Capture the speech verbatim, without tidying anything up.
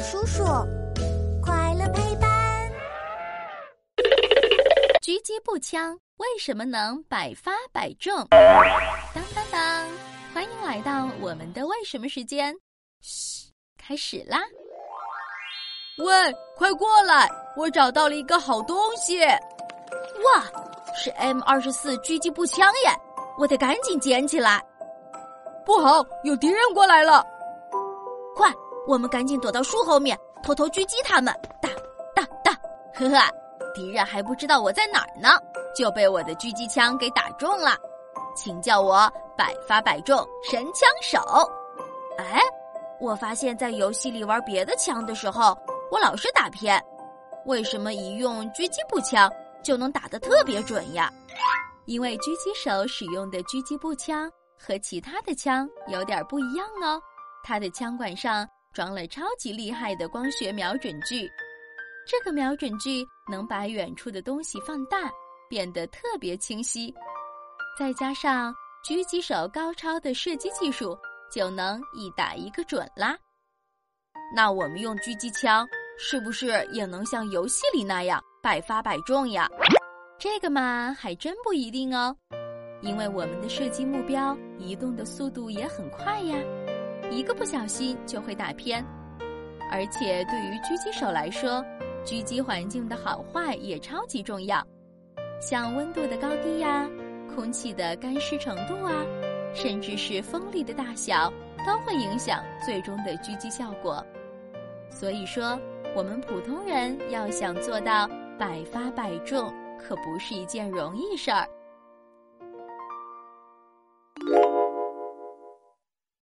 叔叔，快乐陪伴。 狙击步枪为什么能百发百中？当当当！欢迎来到我们的为什么时间。嘘，开始啦！ 喂，快过来！我找到了一个好东西。 哇，是 M 二十四 狙击步枪耶！我得赶紧捡起来。 不好，有敌人过来了！ 快，我们赶紧躲到树后面，偷偷狙击他们！哒哒哒！呵呵，敌人还不知道我在哪儿呢，就被我的狙击枪给打中了。请叫我百发百中神枪手。哎，我发现在游戏里玩别的枪的时候，我老是打偏，为什么一用狙击步枪就能打得特别准呀？因为狙击手使用的狙击步枪和其他的枪有点不一样哦，它的枪管上装了超级厉害的光学瞄准具，这个瞄准具能把远处的东西放大，变得特别清晰。再加上狙击手高超的射击技术，就能一打一个准啦。那我们用狙击枪是不是也能像游戏里那样百发百中呀？这个嘛，还真不一定哦。因为我们的射击目标移动的速度也很快呀，一个不小心就会打偏。而且对于狙击手来说，狙击环境的好坏也超级重要，像温度的高低呀，空气的干湿程度啊，甚至是风力的大小，都会影响最终的狙击效果。所以说，我们普通人要想做到百发百中，可不是一件容易事儿。